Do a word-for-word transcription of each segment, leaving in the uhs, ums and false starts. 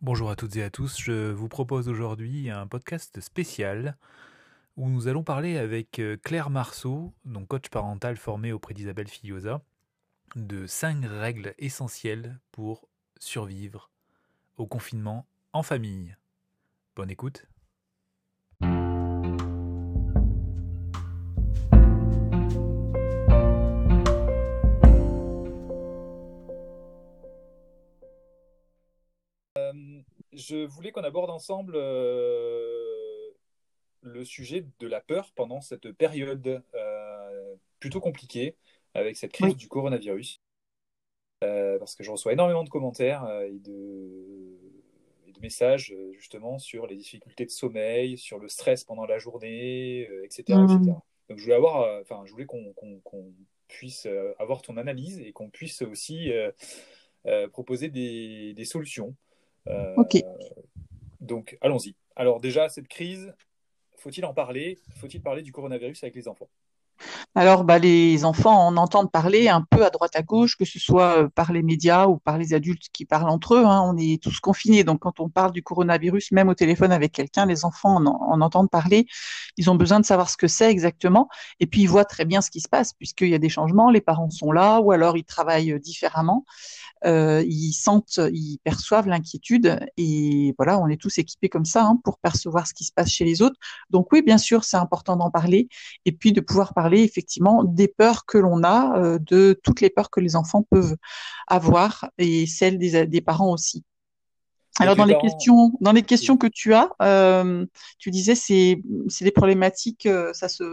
Bonjour à toutes et à tous, je vous propose aujourd'hui un podcast spécial où nous allons parler avec euh, Claire Marceau, donc coach parental formée auprès d'Isabelle Fillosa, de cinq règles essentielles pour survivre au confinement en famille. Bonne écoute. Je voulais qu'on aborde ensemble euh, le sujet de la peur pendant cette période euh, plutôt compliquée avec cette crise Oui, du coronavirus. Euh, parce que je reçois énormément de commentaires euh, et, de, et de messages euh, justement sur les difficultés de sommeil, sur le stress pendant la journée, euh, et cetera, mmh, et cetera. Donc je voulais avoir, euh, enfin, je voulais qu'on qu'on- qu'on puisse euh, avoir ton analyse et qu'on puisse aussi euh, euh, proposer des, des solutions. ok. Euh, donc allons-y. Alors déjà, cette crise, faut-il en parler? Faut-il parler du coronavirus avec les enfants? Alors, bah, les enfants en entendent parler un peu à droite à gauche, que ce soit euh, par les médias ou par les adultes qui parlent entre eux, hein. On est tous confinés, donc quand on parle du coronavirus, même au téléphone avec quelqu'un, les enfants en, en entendent parler. Ils ont besoin de savoir ce que c'est exactement, et puis ils voient très bien ce qui se passe, puisqu'il y a des changements, les parents sont là, ou alors ils travaillent euh, différemment. Euh, ils sentent, ils perçoivent l'inquiétude et voilà, on est tous équipés comme ça hein, pour percevoir ce qui se passe chez les autres. Donc oui, bien sûr, c'est important d'en parler et puis de pouvoir parler effectivement des peurs que l'on a, euh, de toutes les peurs que les enfants peuvent avoir et celles des, des parents aussi. Alors Donc dans les les parents, questions, dans les questions oui. que tu as, euh, tu disais c'est c'est des problématiques, euh, ça se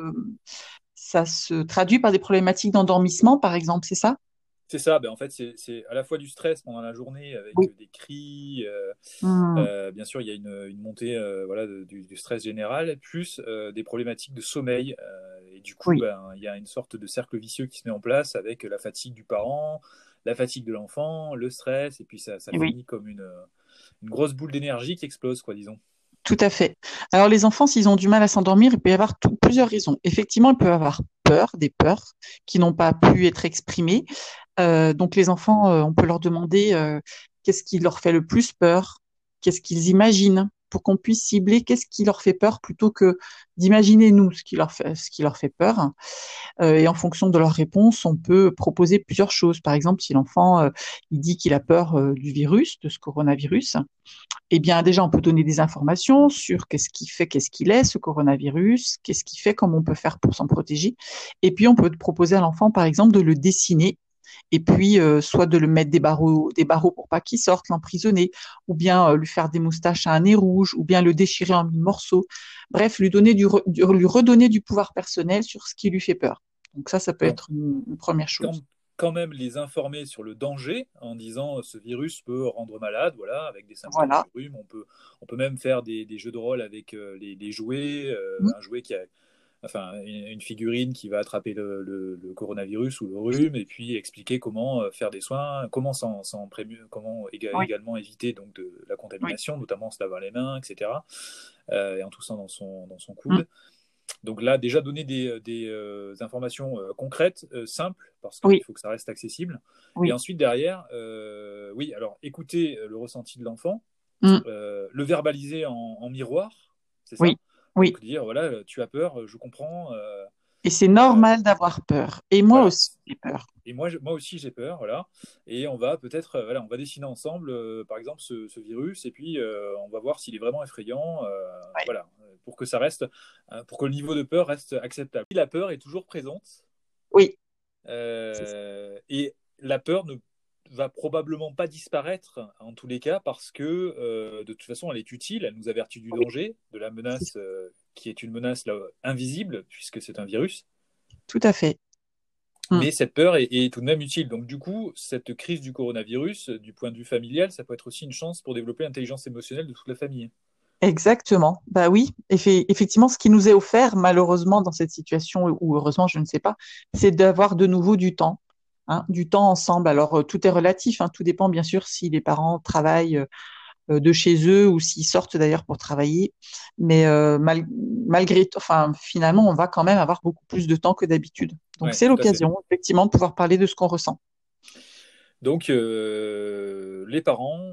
ça se traduit par des problématiques d'endormissement par exemple, c'est ça? C'est ça, ben en fait, c'est c'est à la fois du stress pendant la journée avec Oui. euh, des cris. euh, Mmh. euh, bien sûr, il y a une, une montée euh, voilà, de- du, du stress général, plus euh, des problématiques de sommeil. euh, et du coup, Oui. ben, il y a une sorte de cercle vicieux qui se met en place avec la fatigue du parent, la fatigue de l'enfant, le stress, et puis ça, ça Oui. finit comme une, une grosse boule d'énergie qui explose, quoi, disons. Tout à fait. Alors, les enfants, s'ils ont du mal à s'endormir, il peut y avoir tout- plusieurs raisons. Effectivement, ils peuvent avoir peur, des peurs qui n'ont pas pu être exprimées. Euh, donc, les enfants, euh, on peut leur demander euh, qu'est-ce qui leur fait le plus peur, qu'est-ce qu'ils imaginent, pour qu'on puisse cibler qu'est-ce qui leur fait peur plutôt que d'imaginer nous ce qui leur fait, ce qui leur fait peur. Euh, et en fonction de leur réponse, on peut proposer plusieurs choses. Par exemple, si l'enfant euh, il dit qu'il a peur euh, du virus, de ce coronavirus, eh bien, déjà, on peut donner des informations sur qu'est-ce qui fait, qu'est-ce qu'il est, ce coronavirus, qu'est-ce qui fait, comment on peut faire pour s'en protéger. Et puis, on peut proposer à l'enfant, par exemple, de le dessiner et puis euh, soit de le mettre des barreaux, des barreaux pour pas qu'il sorte, l'emprisonner, ou bien euh, lui faire des moustaches à un nez rouge, ou bien le déchirer en mille morceaux. Bref, lui donner du, du, lui redonner du pouvoir personnel sur ce qui lui fait peur. Donc ça, ça peut Donc, être une, une première quand, chose. quand même les informer sur le danger en disant euh, ce virus peut rendre malade, voilà, avec des symptômes Voilà. du rhume. On peut, on peut même faire des, des jeux de rôle avec euh, les, les jouets, euh, Mmh. un jouet qui a, enfin, une, une figurine qui va attraper le, le- le coronavirus ou le rhume, et puis expliquer comment euh, faire des soins, comment s'en, s'en prému- comment éga- Oui, également éviter donc de la oui. contamination, notamment en se lavant les mains, et cetera. euh, et en toussant dans son, dans son Mmh. coude. Donc là, déjà donner des, des euh, informations euh, concrètes, euh, simples, parce qu'il Oui, faut que ça reste accessible. Et oui. ensuite, derrière, euh, oui, alors écouter euh, le ressenti de l'enfant, Mmh. euh, le verbaliser en, en miroir, c'est Oui, ça. oui. Donc dire, voilà, tu as peur, je comprends. euh, Et c'est euh, normal d'avoir peur. Et moi voilà. aussi, j'ai peur. Et moi, je- moi aussi, j'ai peur, voilà. Et on va peut-être, euh, voilà, on va dessiner ensemble, euh, par exemple, ce, ce virus, et puis euh, on va voir s'il est vraiment effrayant, euh, Ouais. voilà, pour que ça reste, euh, pour que le niveau de peur reste acceptable. La peur est toujours présente, Oui, c'est ça. euh, et la peur ne va probablement pas disparaître en tous les cas parce que euh, de toute façon, elle est utile, elle nous avertit du Oui, danger, de la c'est ça. menace euh, qui est une menace là, invisible puisque c'est un virus. Tout à fait. Mm. Mais cette peur est, est tout de même utile. Donc, du coup, cette crise du coronavirus, euh, du point de vue familial, ça peut être aussi une chance pour développer l'intelligence émotionnelle de toute la famille. Exactement. Bah oui, Effe- effectivement, ce qui nous est offert, malheureusement, dans cette situation, ou heureusement, je ne sais pas, c'est d'avoir de nouveau du temps, hein, du temps ensemble. Alors, euh, tout est relatif, hein, tout dépend bien sûr si les parents travaillent euh, de chez eux ou s'ils sortent d'ailleurs pour travailler. Mais euh, mal- malgré, tout- enfin, finalement, on va quand même avoir beaucoup plus de temps que d'habitude. Donc, Ouais, c'est tout à fait. l'occasion, effectivement, de pouvoir parler de ce qu'on ressent. Donc, euh, les parents,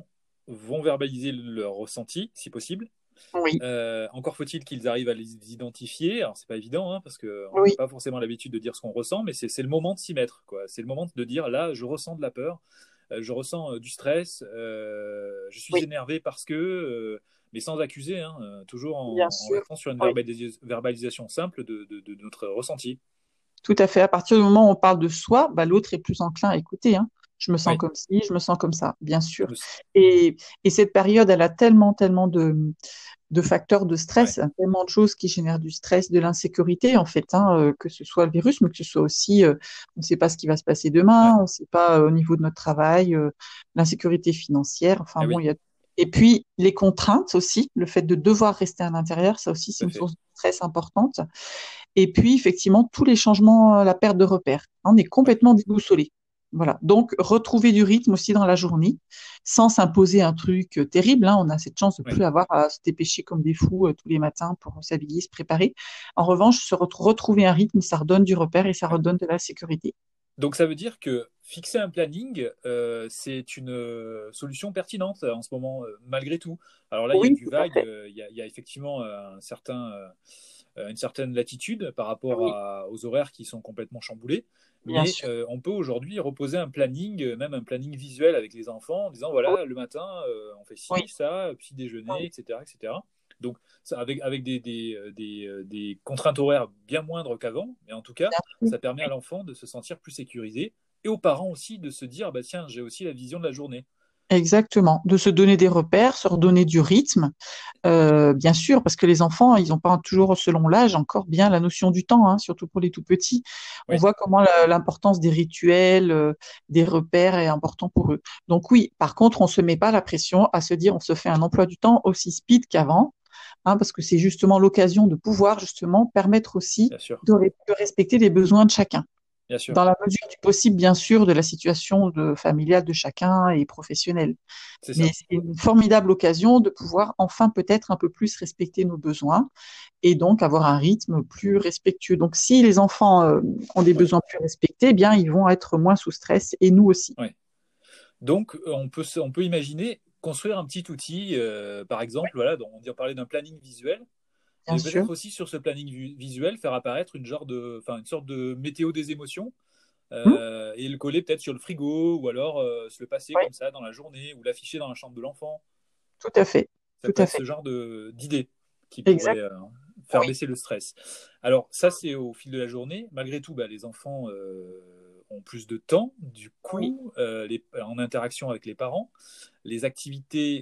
vont verbaliser leur ressenti, si possible. Oui, Euh, encore faut-il qu'ils arrivent à les identifier. Alors, c'est pas évident, hein, parce qu'on n'a oui, pas forcément l'habitude de dire ce qu'on ressent, mais c'est, c'est le moment de s'y mettre, quoi. C'est le moment de dire, là, je ressens de la peur, euh, je ressens euh, du stress, euh, je suis oui, énervé parce que, euh, mais sans accuser, hein, euh, toujours bien en, en sûr. restant sur une Oui. verbalis- verbalisation simple de, de- de notre ressenti. Tout à fait. À partir du moment où on parle de soi, bah, l'autre est plus enclin à écouter, hein. Je me sens Oui, comme ci, je me sens comme ça, bien je sûr. me suis- Et, et cette période, elle a tellement, tellement de, de facteurs de stress, ouais, hein, tellement de choses qui génèrent du stress, de l'insécurité, en fait, hein, euh, que ce soit le virus, mais que ce soit aussi, euh, on ne sait pas ce qui va se passer demain, ouais. on ne sait pas euh, au niveau de notre travail, euh, l'insécurité financière. Enfin Ah bon, oui, il y a. Et puis les contraintes aussi, le fait de devoir rester à l'intérieur, ça aussi, tout c'est à une fait. source de stress importante. Et puis, effectivement, tous les changements, euh, la perte de repères. On est Ouais, complètement déboussolé. Voilà. Donc, retrouver du rythme aussi dans la journée, sans s'imposer un truc euh, terrible, hein. On a cette chance de ouais. plus avoir à se dépêcher comme des fous euh, tous les matins pour s'habiller, se préparer. En revanche, se ret- retrouver un rythme, ça redonne du repère et ça Ouais. redonne de la sécurité. Donc ça veut dire que fixer un planning, euh, c'est une euh, solution pertinente en ce moment, euh, malgré tout. Alors là, il y a Oui, du tout à vague, fait. euh, il y a, il y a effectivement euh, un certain, euh, une certaine latitude par rapport Oui, à- aux horaires qui sont complètement chamboulés, bien mais sûr. euh, on peut aujourd'hui reposer un planning, euh, même un planning visuel avec les enfants, en disant Oui, voilà, le matin, euh, on fait oui, ci, ça, petit déjeuner, oui. et cetera, et cetera. Donc ça, avec, avec des, des, euh, des, euh, des contraintes horaires bien moindres qu'avant, mais en tout cas, Bien sûr. ça permet à l'enfant de se sentir plus sécurisé et aux parents aussi de se dire bah tiens, j'ai aussi la vision de la journée. Exactement. De se donner des repères, se redonner du rythme. Euh, bien sûr, parce que les enfants, ils n'ont pas toujours, selon l'âge, encore bien la notion du temps, hein, surtout pour les tout petits. On Oui, voit comment la- l'importance des rituels, euh, des repères est important pour eux. Donc oui, par contre, on se met pas la pression à se dire, on se fait un emploi du temps aussi speed qu'avant, hein, parce que c'est justement l'occasion de pouvoir justement permettre aussi bien sûr, de, re- de respecter les besoins de chacun bien sûr, dans la mesure du possible, bien sûr, de la situation de, familiale de chacun et professionnelle. c'est Mais ça. c'est une formidable occasion de pouvoir enfin peut-être un peu plus respecter nos besoins et donc avoir un rythme plus respectueux. Donc si les enfants euh, ont des Ouais, besoins plus respectés, eh bien ils vont être moins sous stress et nous aussi. ouais. Donc, euh, on peut, on peut imaginer construire un petit outil, euh, par exemple, voilà, donc on dit- on parlait d'un planning visuel, Bien mais sûr. peut-être aussi sur ce planning vi- visuel, faire apparaître une, genre de, enfin, une sorte de météo des émotions Hmm. euh, et le coller peut-être sur le frigo ou alors euh, se le passer Oui, comme ça dans la journée ou l'afficher dans la chambre de l'enfant. tout à fait. Ça Tout peut à être fait. ce genre de, d'idée qui pourrait Exact. euh, faire Oui, baisser le stress. Alors, ça, c'est au fil de la journée. Malgré tout, bah, les enfants euh, ont plus de temps. Du oui. coup, euh, les, en interaction avec les parents, les activités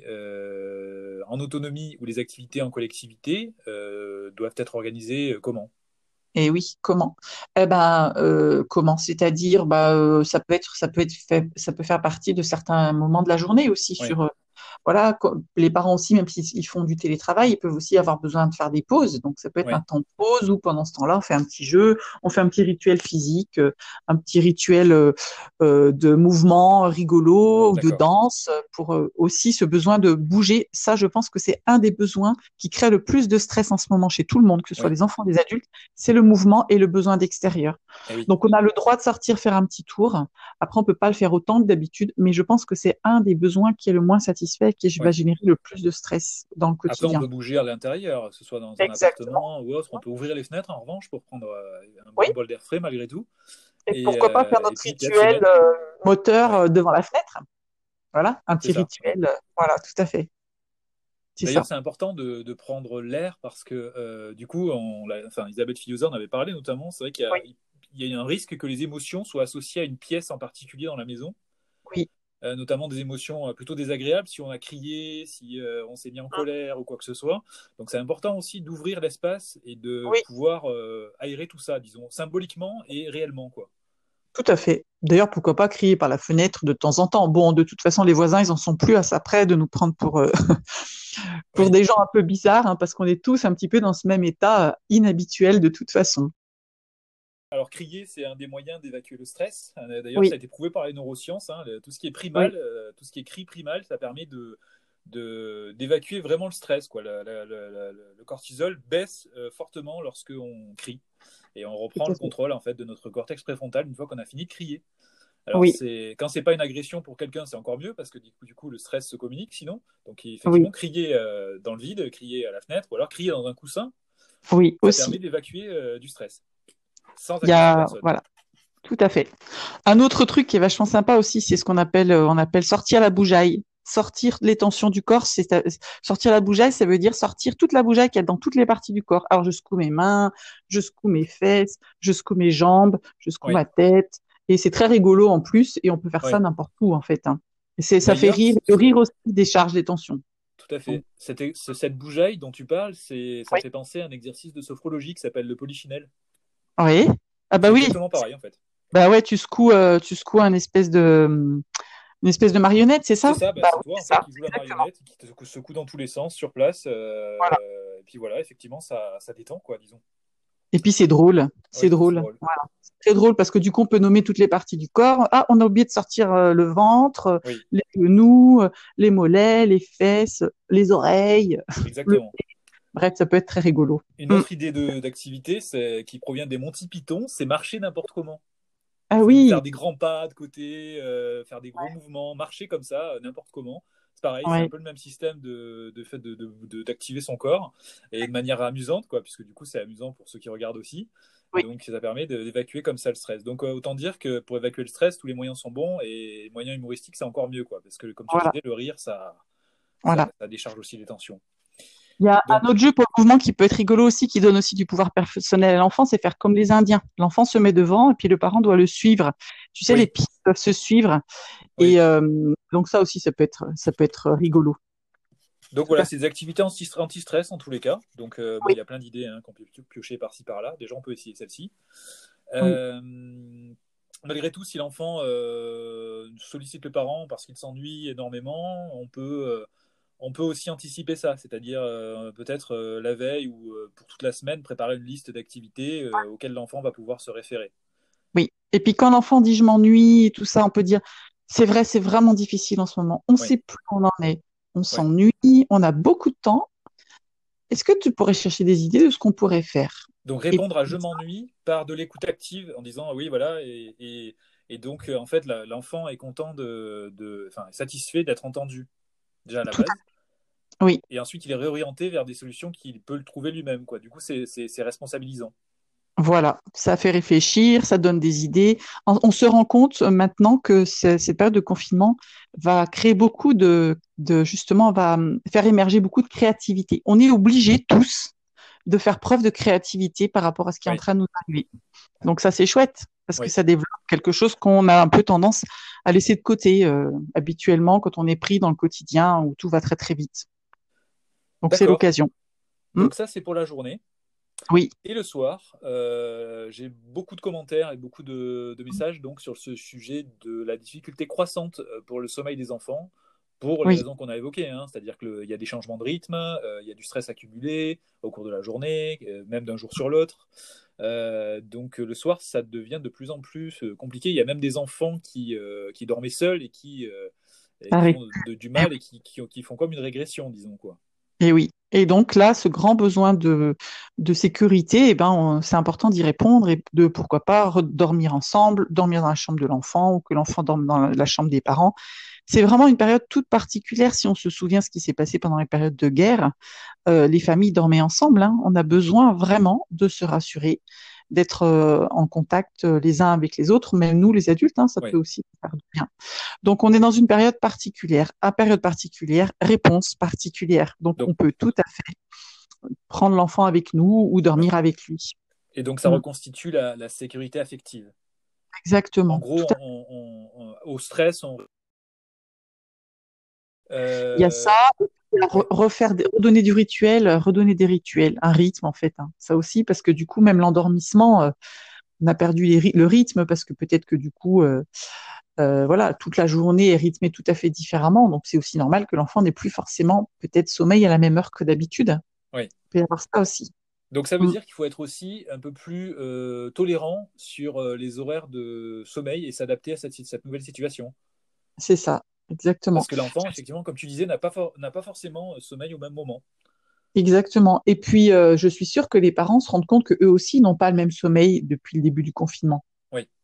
euh, en autonomie ou les activités en collectivité euh, doivent être organisées euh, comment? Et oui, comment? Eh ben, euh, comment? C'est-à-dire, bah, euh, ça peut être, ça peut être fait, ça peut faire partie de certains moments de la journée aussi Oui, sur euh, voilà, co- les parents aussi, même s'ils font du télétravail, ils peuvent aussi avoir besoin de faire des pauses. Donc, ça peut être un oui, temps de pause où pendant ce temps-là, on fait un petit jeu, on fait un petit rituel physique, euh, un petit rituel euh, euh, de mouvement rigolo ou de d'accord. danse euh, pour euh, aussi ce besoin de bouger. Ça, je pense que c'est un des besoins qui crée le plus de stress en ce moment chez tout le monde, que ce soit Oui, les enfants, les adultes, c'est le mouvement et le besoin d'extérieur. eh oui. Donc, on a le droit de sortir faire un petit tour. Après, on peut pas le faire autant que d'habitude, mais je pense que c'est un des besoins qui est le moins satisfait et qui va Oui. générer le plus de stress dans le Après, on quotidien. peut bouger à l'intérieur, que ce soit dans un Exactement. appartement ou autre. On peut ouvrir les fenêtres, en revanche, pour prendre euh, un Oui. bon bol d'air frais malgré tout. Et Et, pourquoi pas faire euh, et notre puis peut-être se rituel mettre. euh, moteur Ouais, euh, devant la fenêtre. Voilà, un c'est petit ça. rituel. euh, voilà, tout à fait. C'est D'ailleurs, ça. c'est important de, de prendre l'air parce que euh, du coup, on, l'a- enfin, Isabelle Fillosa en avait parlé notamment. C'est vrai qu'il y Oui, a, il y a un risque que les émotions soient associées à une pièce en particulier dans la maison, oui, euh, notamment des émotions euh, plutôt désagréables si on a crié, si euh, on s'est mis en colère ou quoi que ce soit. Donc, c'est important aussi d'ouvrir l'espace et de oui, pouvoir euh, aérer tout ça, disons, symboliquement et réellement, quoi. tout à fait. D'ailleurs, pourquoi pas crier par la fenêtre de temps en temps. Bon, de toute façon, les voisins, ils en sont plus à ça près de nous prendre pour, euh, pour Oui. des gens un peu bizarres, hein, parce qu'on est tous un petit peu dans ce même état euh, inhabituel de toute façon. Alors, crier, c'est un des moyens d'évacuer le stress. Euh, D'ailleurs, ça Oui, a été prouvé par les neurosciences, hein. Le- tout ce qui est oui, primal, euh, tout ce qui est cri primal, ça permet de, de- d'évacuer vraiment le stress, quoi. La- la- la- la- le cortisol baisse euh, fortement lorsqu'on crie. Et on tout reprend à le fait. contrôle, en fait, de notre cortex préfrontal une fois qu'on a fini de crier. Alors, Oui, c'est quand c'est pas une agression pour quelqu'un, c'est encore mieux parce que du coup, du coup, le stress se communique sinon. Donc, oui, effectivement, crier euh, dans le vide, crier à la fenêtre ou alors crier dans un coussin, oui, ça permet aussi. d'évacuer euh, du stress sans Il y agresser a, personne. voilà, tout à fait. Un autre truc qui est vachement sympa aussi, c'est ce qu'on appelle, euh, on appelle sortir la bougeaille. Sortir les tensions du corps, c'est sortir la bougeaille, ça veut dire sortir toute la bougeaille qu'il y a dans toutes les parties du corps. Alors je secoue mes mains, je secoue mes fesses, je secoue mes jambes, je secoue Oui, ma tête, et c'est très rigolo en plus, et on peut faire ça oui. n'importe où en fait, hein. Et c'est, ça fait D'ailleurs, rire. Le rire aussi décharge les tensions. tout à Donc, fait. Cette, cette bougeaille dont tu parles, c'est, ça me oui. fait penser à un exercice de sophrologie qui s'appelle le polychinelle. Oui. Ah bah C'est oui. exactement pareil en fait. Bah ouais, tu secoues, euh, tu secoues un espèce de, une espèce de marionnette, c'est C'est ça? ça, bah, Bah c'est oui, toi en c'est fait ça, qui joue la exactement. marionnette, qui te secoue dans tous les sens sur place. Voilà. euh, et puis voilà, effectivement, ça, ça détend, quoi, disons. Et puis c'est drôle, c'est Oui, c'est drôle. drôle. Voilà. C'est très drôle parce que du coup, on peut nommer toutes les parties du corps. Ah, on a oublié de sortir euh, le ventre, euh, Oui, les genoux, euh, les mollets, les fesses, les oreilles. Le... exactement. Bref, ça peut être très rigolo. Une Mm. autre idée de, d'activité c'est, qui provient des Monty Python, c'est marcher n'importe comment. Ah C'est oui, faire des grands pas de côté, euh, faire des gros mouvements, marcher comme ça, euh, n'importe comment. C'est pareil, c'est un ouais, peu le même système de, de fait de, de- de- d'activer son corps et de manière amusante, quoi, puisque du coup c'est amusant pour ceux qui regardent aussi. oui, Donc ça permet de- d'évacuer comme ça le stress. Donc euh, autant dire que pour évacuer le stress, tous les moyens sont bons et les moyens humoristiques c'est encore mieux, quoi, parce que comme tu voilà, disais, le rire ça, ça, voilà. ça décharge aussi les tensions. Il y a un Donc autre jeu pour le mouvement qui peut être rigolo aussi, qui donne aussi du pouvoir personnel à l'enfant, c'est faire comme les Indiens. L'enfant se met devant et puis le parent doit le suivre. Tu sais, les oui, pieds peuvent se suivre oui. et euh, donc ça aussi, ça peut être, ça peut être rigolo. Donc Tout voilà, à fait. c'est des activités anti- anti-stress en tous les cas. Donc euh, bon, Oui, il y a plein d'idées hein, qu'on peut piocher par-ci par-là. Déjà, on peut essayer celle-ci. oui, Euh, Malgré tout, si l'enfant euh, sollicite le parent parce qu'il s'ennuie énormément, on peut, euh, on peut aussi anticiper ça, c'est-à-dire euh, peut-être euh, la veille ou euh, pour toute la semaine préparer une liste d'activités euh, auxquelles l'enfant va pouvoir se référer. oui. Et puis quand l'enfant dit je m'ennuie et tout ça, on peut dire c'est vrai, c'est vraiment difficile en ce moment. On ne Oui, sait plus où on en est. On oui. s'ennuie, on a beaucoup de temps. Est-ce que tu pourrais chercher des idées de ce qu'on pourrait faire? Donc Et répondre à je m'ennuie par de l'écoute active en disant ah oui voilà et, et, et donc euh, en fait la- l'enfant est content de, de enfin satisfait d'être entendu déjà à la tout base à... Oui. et ensuite il est réorienté vers des solutions qu'il peut le trouver lui-même quoi. Du coup c'est c'est c'est responsabilisant. Voilà, ça fait réfléchir, ça donne des idées. On, on se rend compte euh, maintenant que ce- cette période de confinement va créer beaucoup de, de, justement, va hum, faire émerger beaucoup de créativité. On est obligés tous de faire preuve de créativité par rapport à ce qui est en Oui, train de nous arriver. Donc ça, c'est chouette parce que oui. ça développe quelque chose qu'on a un peu tendance à laisser de côté euh, habituellement quand on est pris dans le quotidien où tout va très très vite. Donc c'est D'accord. l'occasion. Hmm. Donc ça c'est pour la journée. Oui, Et le soir, euh, j'ai beaucoup de commentaires et beaucoup de, de messages donc sur ce sujet de la difficulté croissante euh, pour le sommeil des enfants, pour les oui, raisons qu'on a évoquées, hein. C'est-à-dire qu'il y a des changements de rythme, euh, il y a du stress accumulé au cours de la journée, euh, même d'un jour sur l'autre. Euh, donc euh, le soir, ça devient de plus en plus euh, compliqué. Il y a même des enfants qui, euh, qui dormaient seuls et qui, euh, et ça qui arrive. ont de- du mal et qui, qui, qui font comme une régression, disons quoi. Et oui. Et donc là, ce grand besoin de, de sécurité, eh ben, on- c'est important d'y répondre et de pourquoi pas re- dormir ensemble, dormir dans la chambre de l'enfant ou que l'enfant dorme dans la, la chambre des parents. C'est vraiment une période toute particulière si on se souvient ce qui s'est passé pendant les périodes de guerre. Euh, les familles dormaient ensemble, hein. On a besoin vraiment de se rassurer, d'être euh, en contact euh, les uns avec les autres, même nous les adultes, hein, ça peut Oui. aussi faire du bien. Donc, on est dans une période particulière. À période particulière, réponse particulière. Donc, Donc, on peut tout à fait prendre l'enfant avec nous ou ouais. dormir avec lui. Et donc ça Mm. reconstitue la, la sécurité affective. En Exactement. gros, Tout à fait. on- on- on- au stress, on... Il y a ça. Euh, Et puis, re- oui, refaire, des- redonner du rituel, redonner des rituels, un rythme en fait, hein. Ça aussi, parce que du coup, même l'endormissement, euh, on a perdu les ry- le rythme parce que peut-être que du coup, euh, euh, voilà, toute la journée est rythmée tout à fait différemment. Donc, c'est aussi normal que l'enfant n'ait plus forcément peut-être sommeil à la même heure que d'habitude. oui. Il peut y avoir ça aussi. Donc ça veut Mm. dire qu'il faut être aussi un peu plus euh, tolérant sur euh, les horaires de sommeil et s'adapter à cette, cette nouvelle situation. C'est ça, Parce exactement. que l'enfant, effectivement, comme tu disais, n'a pas, for- n'a pas forcément euh, sommeil au même moment. Exactement. Et puis, euh, je suis sûre que les parents se rendent compte que eux aussi n'ont pas le même sommeil depuis le début du confinement. Oui,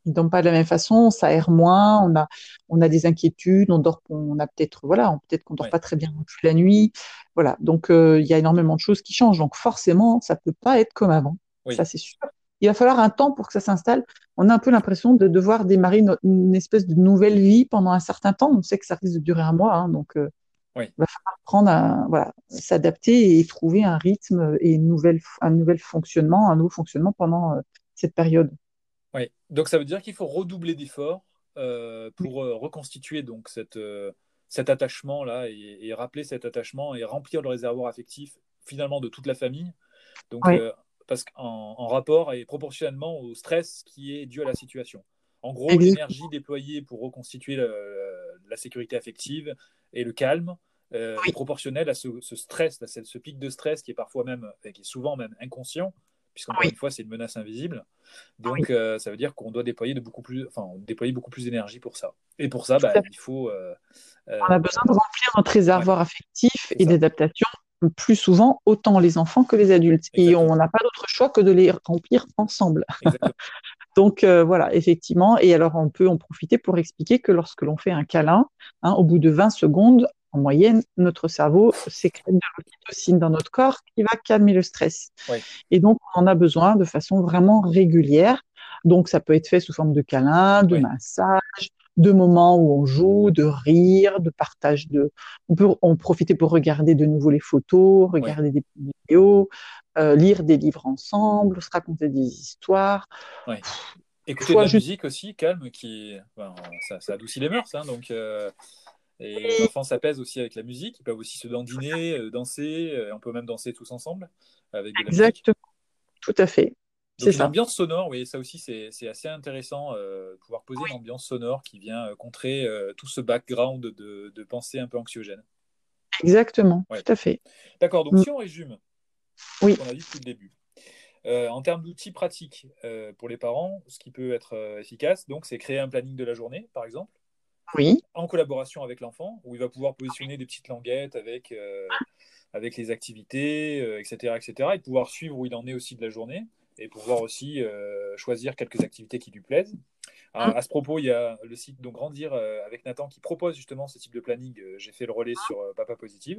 ils dorment pas de la même façon, on s'aère moins, on a, on a des inquiétudes, on dort, on a peut-être, voilà, on- peut-être qu'on dort Ouais, pas très bien non plus la nuit. Voilà. Donc, euh, il y a énormément de choses qui changent. Donc, forcément, ça peut pas être comme avant. Ça, oui, c'est sûr. Il va falloir un temps pour que ça s'installe. On a un peu l'impression de devoir démarrer une, une espèce de nouvelle vie pendant un certain temps. On sait que ça risque de durer un mois, hein, donc, euh, oui, il va falloir prendre un, voilà, s'adapter et trouver un rythme et une nouvelle, un nouvel fonctionnement, un nouveau fonctionnement pendant euh, cette période. oui. Donc ça veut dire qu'il faut redoubler d'efforts euh, Oui, pour euh, reconstituer donc cette, euh, cet attachement-là et, et rappeler cet attachement et remplir le réservoir affectif finalement de toute la famille. Donc, oui, euh, parce qu'en en rapport et proportionnellement au stress qui est dû à la situation. En gros, exact. l'énergie déployée pour reconstituer le- la sécurité affective et le calme euh, est Oui, proportionnelle à ce, ce stress, à ce, ce pic de stress qui est parfois même, enfin, qui est souvent même inconscient, puisqu'encore oui, une fois, c'est une menace invisible. oui, Donc, euh, ça veut dire qu'on doit déployer de beaucoup plus, enfin, déployer beaucoup plus d'énergie pour ça. Et pour ça, tout bah, à fait. il faut, euh, On a besoin de euh, remplir notre ouais, réservoir affectif c'est et ça, d'adaptation plus souvent, autant les enfants que les adultes. Et on exactement, n'a pas d'autre choix que de les remplir ensemble. exactement. Donc euh, voilà, effectivement. Et alors on peut en profiter pour expliquer que lorsque l'on fait un câlin, hein, au bout de vingt secondes, en moyenne, notre cerveau sécrète de l'oxytocine dans notre corps qui va calmer le stress. Oui, Et donc on en a besoin de façon vraiment régulière. Donc ça peut être fait sous forme de câlin, de oui, massage, de moments où on joue, de rire, de partage de. On peut en profiter pour regarder de nouveau les photos, oui. regarder des vidéos, euh, lire des livres ensemble, se raconter des histoires. Ouais. Des Écouter de fois la juste. musique aussi, calme, qui, ben, ça, ça adoucit les mœurs, hein, donc, euh, et les enfants s'apaisent aussi avec la musique. Ils peuvent aussi se dandiner, euh, danser. euh, on peut même danser tous ensemble avec de la musique. Exactement, tout à fait. C'est Donc une ça. ambiance sonore, oui, ça aussi c'est c'est assez intéressant, euh, pouvoir poser une ambiance sonore qui vient euh, contrer euh, tout ce background de, de pensée un peu anxiogène. Exactement, Ouais. tout à fait. D'accord, donc Mm. si on résume ce Oui, qu'on a dit depuis le début, euh, en termes d'outils pratiques euh, pour les parents, ce qui peut être euh, efficace, donc c'est créer un planning de la journée, par exemple oui, en collaboration avec l'enfant, où il va pouvoir positionner des petites languettes avec, euh, avec les activités, euh, et cetera, et cetera, et pouvoir suivre où il en est aussi de la journée, et pouvoir aussi euh, choisir quelques activités qui lui plaisent. À, mm, à ce propos, il y a le site donc Grandir euh, avec Nathan qui propose justement ce type de planning. Euh, J'ai fait le relais sur euh, Papa Positive.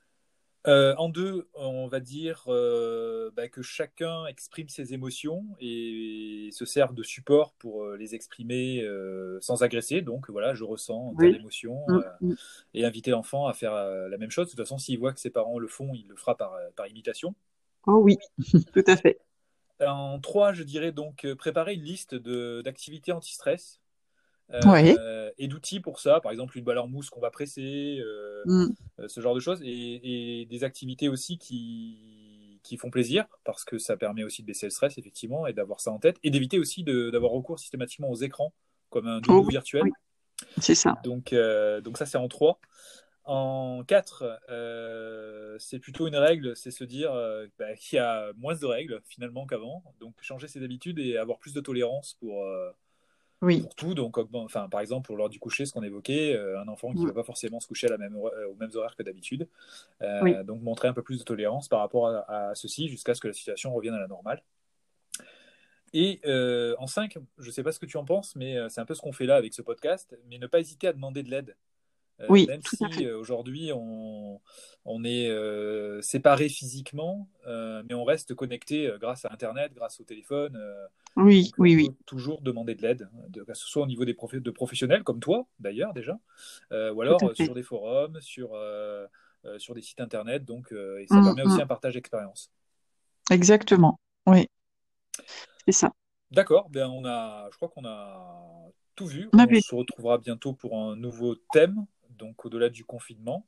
Euh, en deux, on va dire euh, bah, que chacun exprime ses émotions et se sert de support pour euh, les exprimer euh, sans agresser. Donc voilà, je ressens telle oui, émotion mm, euh, mm. et inviter l'enfant à faire euh, la même chose. De toute façon, s'il voit que ses parents le font, il le fera par, euh, par imitation. Oh oui, tout à fait. En trois, je dirais donc euh, préparer une liste de- d'activités anti-stress Oui, euh, et d'outils pour ça, par exemple une balle en mousse qu'on va presser, euh, mm, euh, ce genre de choses, et, et des activités aussi qui, qui font plaisir, parce que ça permet aussi de baisser le stress, effectivement, et d'avoir ça en tête, et d'éviter aussi de- d'avoir recours systématiquement aux écrans, comme un oh doudou oui, oui, virtuel. c'est ça. Donc, euh, donc ça, c'est en trois. En quatre, euh, c'est plutôt une règle, c'est se dire euh, bah, qu'il y a moins de règles finalement qu'avant, donc changer ses habitudes et avoir plus de tolérance pour, euh, Oui, pour tout. Donc, enfin, par exemple, pour l'heure du coucher, ce qu'on évoquait, euh, un enfant qui ne mm, va pas forcément se coucher à la même, euh, aux mêmes horaires que d'habitude. oui, Euh, donc, montrer un peu plus de tolérance par rapport à, à ceci jusqu'à ce que la situation revienne à la normale. Et euh, en cinq, je ne sais pas ce que tu en penses, mais euh, c'est un peu ce qu'on fait là avec ce podcast, mais ne pas hésiter à demander de l'aide. Euh, oui, même tout à si fait. euh, aujourd'hui on, on est euh, séparés physiquement, euh, mais on reste connecté euh, grâce à Internet, grâce au téléphone. Euh, Oui, donc on oui, oui, peut toujours demander de l'aide, de- que ce soit au niveau des prof- de professionnels comme toi d'ailleurs déjà, euh, ou tout alors à euh, fait. sur des forums, sur, euh, euh, sur des sites Internet. Donc euh, et ça Mm, permet aussi mm, un partage d'expérience. exactement. Oui, c'est ça. D'accord, ben on a, je crois qu'on a tout vu. On a On bien- se retrouvera bientôt pour un nouveau thème, donc au-delà du confinement.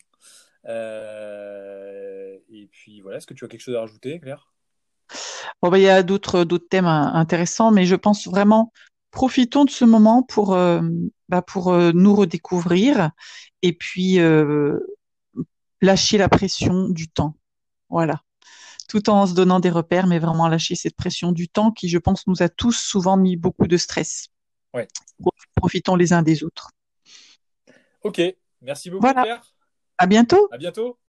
Euh, et puis voilà, est-ce que tu as quelque chose à rajouter, Claire? Bon, ben, il y a d'autres d'autres thèmes hein, intéressants, mais je pense vraiment profitons de ce moment pour euh, bah, pour euh, nous redécouvrir et puis euh, lâcher la pression du temps. Voilà. Tout en se donnant des repères, mais vraiment lâcher cette pression du temps qui, je pense, nous a tous souvent mis beaucoup de stress. Ouais. Profitons les uns des autres. Ok, merci beaucoup, Voilà. Claire. À bientôt. À bientôt.